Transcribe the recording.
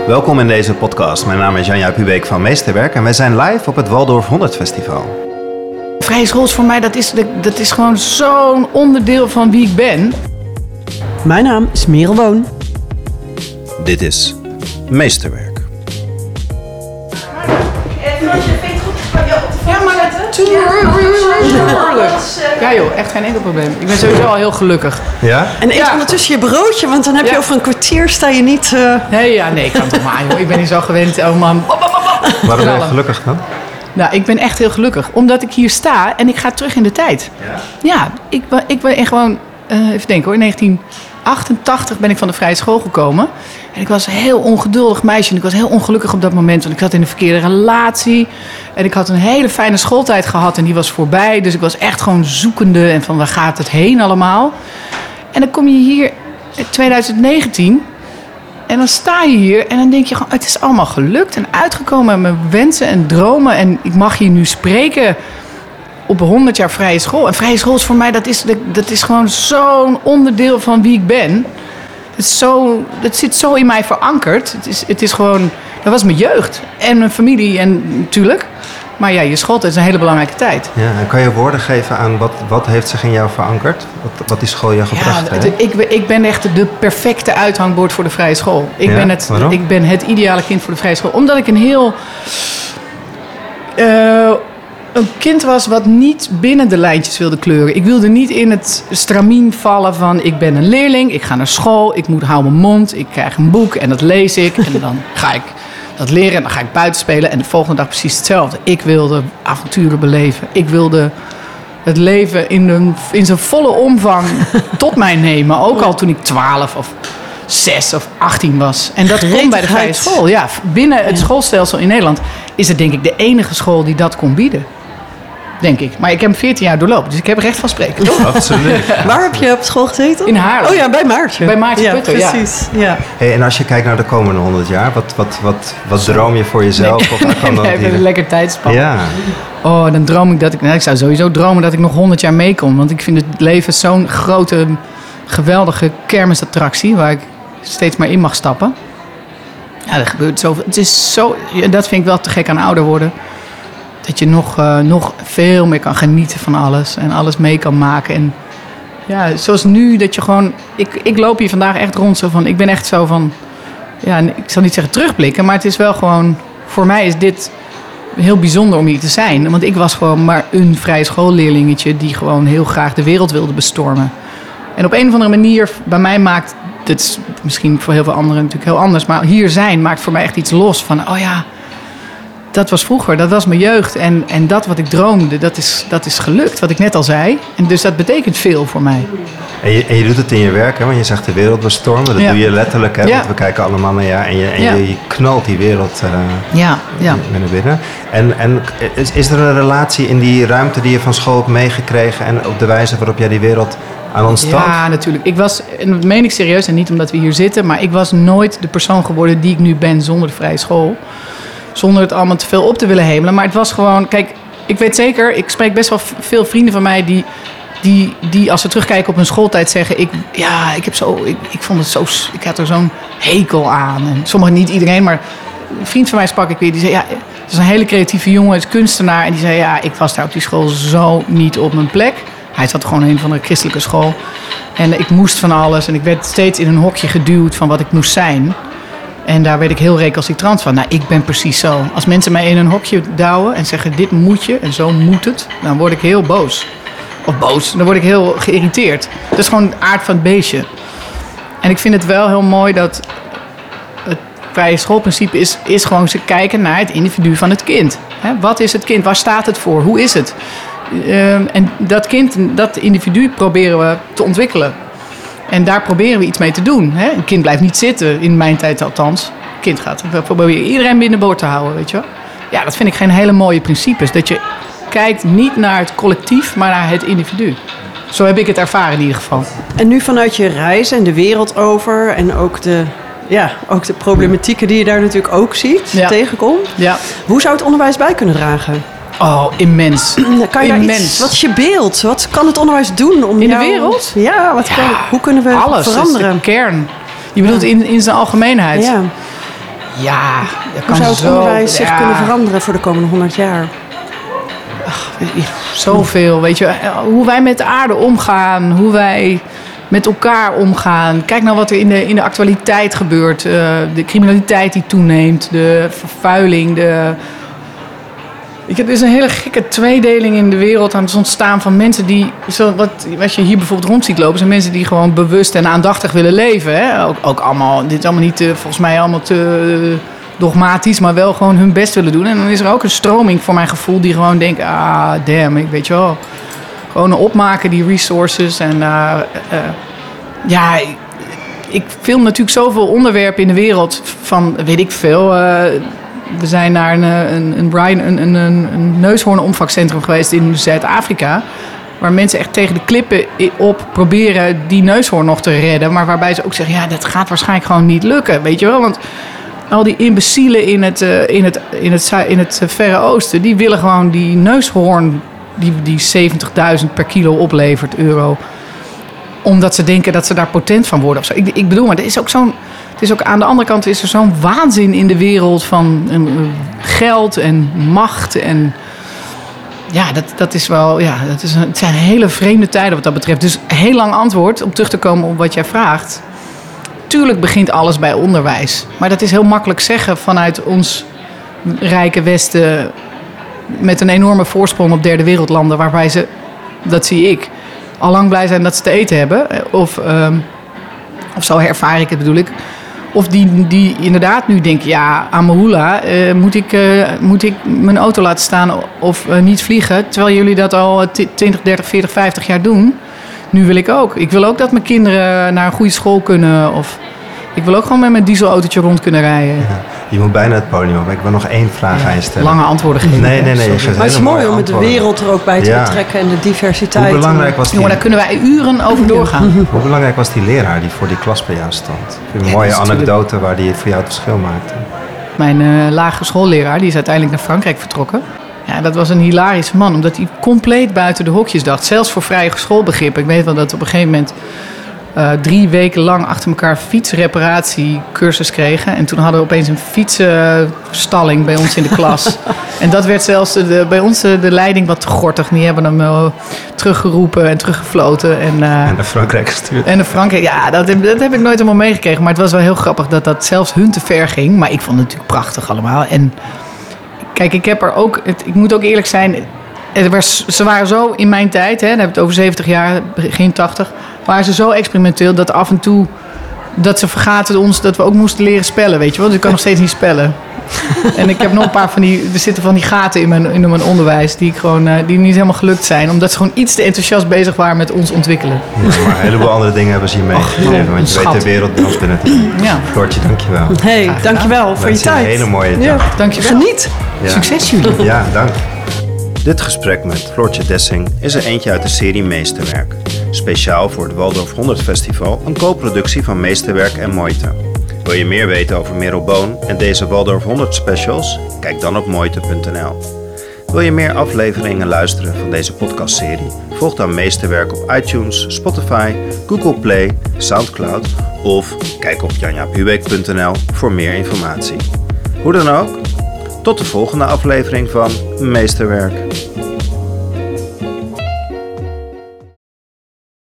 Welkom in deze podcast. Mijn naam is Janja Pubeek van Meesterwerk en wij zijn live op het Waldorf 100 Festival. Vrije school is voor mij, dat is gewoon zo'n onderdeel van wie ik ben. Mijn naam is Merel Woon. Dit is Meesterwerk. Ja joh, echt geen enkel probleem. Ik ben sowieso al heel gelukkig. Ja? En eet ondertussen je broodje, want dan heb je over een kwartier sta je niet... Nee, ik kan toch maar joh. Ik ben niet zo gewend. Oh man. Waarom ben je gelukkig dan? Nou, ik ben echt heel gelukkig. Omdat ik hier sta en ik ga terug in de tijd. Ja, ik ben gewoon... even denken hoor, in 1988 ben ik van de vrije school gekomen. En ik was een heel ongeduldig meisje. En ik was heel ongelukkig op dat moment. Want ik zat in een verkeerde relatie. En ik had een hele fijne schooltijd gehad. En die was voorbij. Dus ik was echt gewoon zoekende. En van waar gaat het heen allemaal? En dan kom je hier in 2019. En dan sta je hier. En dan denk je gewoon, het is allemaal gelukt. En uitgekomen met mijn wensen en dromen. En ik mag hier nu spreken op 100 jaar vrije school. En vrije school is voor mij, dat is gewoon zo'n onderdeel van wie ik ben. Het zit zo in mij verankerd. Het is gewoon, dat was mijn jeugd. En mijn familie en natuurlijk. Maar ja, je schooltijd is een hele belangrijke tijd. Ja, en kan je woorden geven aan wat heeft zich in jou verankerd? Wat die school jou gebracht heeft? Ik ben echt de perfecte uithangbord voor de vrije school. Ik ben het ideale kind voor de vrije school. Omdat ik een kind was wat niet binnen de lijntjes wilde kleuren. Ik wilde niet in het stramien vallen van... ik ben een leerling, ik ga naar school, hou mijn mond... ik krijg een boek en dat lees ik en dan ga ik dat leren... en dan ga ik buiten spelen en de volgende dag precies hetzelfde. Ik wilde avonturen beleven. Ik wilde het leven in zijn volle omvang tot mij nemen. Ook al toen ik 12 of 6 of 18 was. En dat kon bij de vrije school. Ja, binnen het schoolstelsel in Nederland is het denk ik de enige school die dat kon bieden. Denk ik. Maar ik heb 14 jaar doorlopen, dus ik heb recht van spreken. Toch? Absoluut. Waar heb je op school gezeten? In Haarlem. Oh ja, bij Maartje. Bij Maartje Putter, ja. Precies. Ja. Hey, en als je kijkt naar de komende 100 jaar, wat droom je voor jezelf? Of kan dat even een lekker tijdspan. Ja. Oh, dan droom ik ik zou sowieso dromen dat ik nog 100 jaar meekom. Want ik vind het leven zo'n grote, geweldige kermisattractie waar ik steeds maar in mag stappen. Ja, er gebeurt zoveel. Het is zo, dat vind ik wel te gek aan ouder worden. Dat je nog veel meer kan genieten van alles. En alles mee kan maken. En ja, zoals nu, dat je gewoon... Ik loop hier vandaag echt rond zo van... Ik ben echt zo van... Ja, ik zal niet zeggen terugblikken. Maar het is wel gewoon... Voor mij is dit heel bijzonder om hier te zijn. Want ik was gewoon maar een vrije schoolleerlingetje... die gewoon heel graag de wereld wilde bestormen. En op een of andere manier bij mij maakt... Dat is misschien voor heel veel anderen natuurlijk heel anders. Maar hier zijn maakt voor mij echt iets los van... Oh ja... Dat was vroeger, dat was mijn jeugd. En dat wat ik droomde, dat is gelukt. Wat ik net al zei. En dus dat betekent veel voor mij. En je doet het in je werk, hè? Want je zegt de wereld bestormen. Dat doe je letterlijk, hè? Ja. Want we kijken allemaal naar jou. En je knalt die wereld naar binnen. En is er een relatie in die ruimte die je van school hebt meegekregen... en op de wijze waarop jij die wereld aan ontstaat? Ja, natuurlijk. En dat meen ik serieus en niet omdat we hier zitten... maar ik was nooit de persoon geworden die ik nu ben zonder de vrije school... Zonder het allemaal te veel op te willen hemelen. Maar het was gewoon... Kijk, ik weet zeker... Ik spreek best wel veel vrienden van mij... die als ze terugkijken op hun schooltijd zeggen... Ik vond het zo... Ik had er zo'n hekel aan. En sommigen niet iedereen, maar... Een vriend van mij sprak ik weer. Die zei... Ja, het is een hele creatieve jongen. Het is kunstenaar. En die zei... Ja, ik was daar op die school zo niet op mijn plek. Hij zat gewoon in een van de christelijke school. En ik moest van alles. En ik werd steeds in een hokje geduwd van wat ik moest zijn... En daar werd ik heel recalcitrant van. Nou, ik ben precies zo. Als mensen mij in een hokje douwen en zeggen... dit moet je en zo moet het... dan word ik heel boos. Of boos, dan word ik heel geïrriteerd. Dat is gewoon de aard van het beestje. En ik vind het wel heel mooi dat... het vrije schoolprincipe is gewoon ze kijken naar het individu van het kind. Wat is het kind? Waar staat het voor? Hoe is het? En dat kind, dat individu proberen we te ontwikkelen. En daar proberen we iets mee te doen. Hè? Een kind blijft niet zitten, in mijn tijd althans. Een kind gaat. We proberen iedereen binnenboord te houden, weet je wel. Ja, dat vind ik geen hele mooie principes. Dat je kijkt niet naar het collectief, maar naar het individu. Zo heb ik het ervaren in ieder geval. En nu vanuit je reizen en de wereld over... en ook de problematieken die je daar natuurlijk ook ziet, tegenkomt. Ja. Hoe zou het onderwijs bij kunnen dragen? Oh, immens. Kan je immens. Wat is je beeld? Wat kan het onderwijs doen om in de wereld? Ja, hoe kunnen we alles, veranderen? Alles, de kern. Je bedoelt in zijn algemeenheid. Ja. Ja, hoe zou het onderwijs zich kunnen veranderen voor de komende 100 jaar? Zoveel, weet je. Hoe wij met de aarde omgaan, hoe wij met elkaar omgaan. Kijk nou wat er in de actualiteit gebeurt. De criminaliteit die toeneemt, de vervuiling, er is een hele gekke tweedeling in de wereld aan het ontstaan van mensen die, wat je hier bijvoorbeeld rond ziet lopen, zijn mensen die gewoon bewust en aandachtig willen leven. Hè? Ook allemaal, dit is allemaal niet volgens mij allemaal te dogmatisch, maar wel gewoon hun best willen doen. En dan is er ook een stroming voor mijn gevoel die gewoon denkt, damn, ik weet je wel, gewoon opmaken die resources. En ik film natuurlijk zoveel onderwerpen in de wereld van, weet ik veel. We zijn naar een neushoornopvangcentrum geweest in Zuid-Afrika, waar mensen echt tegen de klippen op proberen die neushoorn nog te redden. Maar waarbij ze ook zeggen, ja, dat gaat waarschijnlijk gewoon niet lukken, weet je wel. Want al die imbecielen in het Verre Oosten, die willen gewoon die neushoorn die 70.000 per kilo oplevert, euro. Omdat ze denken dat ze daar potent van worden of zo. Ik bedoel, maar er is ook zo'n... Het is ook aan de andere kant is er zo'n waanzin in de wereld van geld en macht. En ja, dat is wel... Ja, het zijn hele vreemde tijden wat dat betreft. Dus heel lang antwoord om terug te komen op wat jij vraagt. Tuurlijk begint alles bij onderwijs. Maar dat is heel makkelijk zeggen vanuit ons rijke Westen met een enorme voorsprong op derde wereldlanden, waarbij ze, dat zie ik, al lang blij zijn dat ze te eten hebben. Of zo ervaar ik het, bedoel ik. Of die inderdaad nu denken, ja, Amahula, moet ik mijn auto laten staan of niet vliegen, terwijl jullie dat al 20, 30, 40, 50 jaar doen. Nu wil ik ook. Ik wil ook dat mijn kinderen naar een goede school kunnen. Of ik wil ook gewoon met mijn dieselautootje rond kunnen rijden. Ja, je moet bijna het podium op. Ik wil nog 1 vraag aan je stellen. Lange antwoorden geven. Nee. Maar het is mooi om de wereld er ook bij te betrekken en de diversiteit. Hoe belangrijk was die... Jongen, daar kunnen wij uren over doorgaan. Hoe belangrijk was die leraar die voor die klas bij jou stond? Een mooie anekdote waar die voor jou het verschil maakte. Mijn lagere schoolleraar, die is uiteindelijk naar Frankrijk vertrokken. Ja, dat was een hilarische man, omdat hij compleet buiten de hokjes dacht. Zelfs voor vrije schoolbegrippen. Ik weet wel dat op een gegeven moment 3 weken lang achter elkaar fietsreparatiecursus kregen. En toen hadden we opeens een fietsenstalling bij ons in de klas. En dat werd zelfs bij ons de leiding wat te gortig. Die hebben hem teruggeroepen en teruggefloten. En naar Frankrijk gestuurd. En naar Frankrijk, ja, dat heb ik nooit helemaal meegekregen. Maar het was wel heel grappig dat zelfs hun te ver ging. Maar ik vond het natuurlijk prachtig allemaal. En kijk, ik heb er ook, ik moet ook eerlijk zijn, ze waren zo in mijn tijd, dan heb ik het over 70 jaar, begin 80, waren ze zo experimenteel dat af en toe, dat ze vergaten ons dat we ook moesten leren spellen, weet je wel. Dus ik kan nog steeds niet spellen. En ik heb nog een paar er zitten van die gaten in mijn onderwijs die niet helemaal gelukt zijn, omdat ze gewoon iets te enthousiast bezig waren met ons ontwikkelen. Ja, maar een heleboel andere dingen hebben ze hier meegegeven, want je weet de wereld bij ons binnen te doen. Ja. Floortje, dankjewel. Hey, dankjewel voor je tijd. Een hele mooie dag. Ja, dankjewel. Geniet. Ja. Succes jullie. Ja, dank. Dit gesprek met Floortje Dessing is er eentje uit de serie Meesterwerk. Speciaal voor het Waldorf 100 Festival, een co-productie van Meesterwerk en Moite. Wil je meer weten over Merel Boon en deze Waldorf 100 specials? Kijk dan op moite.nl. Wil je meer afleveringen luisteren van deze podcastserie? Volg dan Meesterwerk op iTunes, Spotify, Google Play, Soundcloud of kijk op janjaaphubeek.nl voor meer informatie. Hoe dan ook, tot de volgende aflevering van Meesterwerk.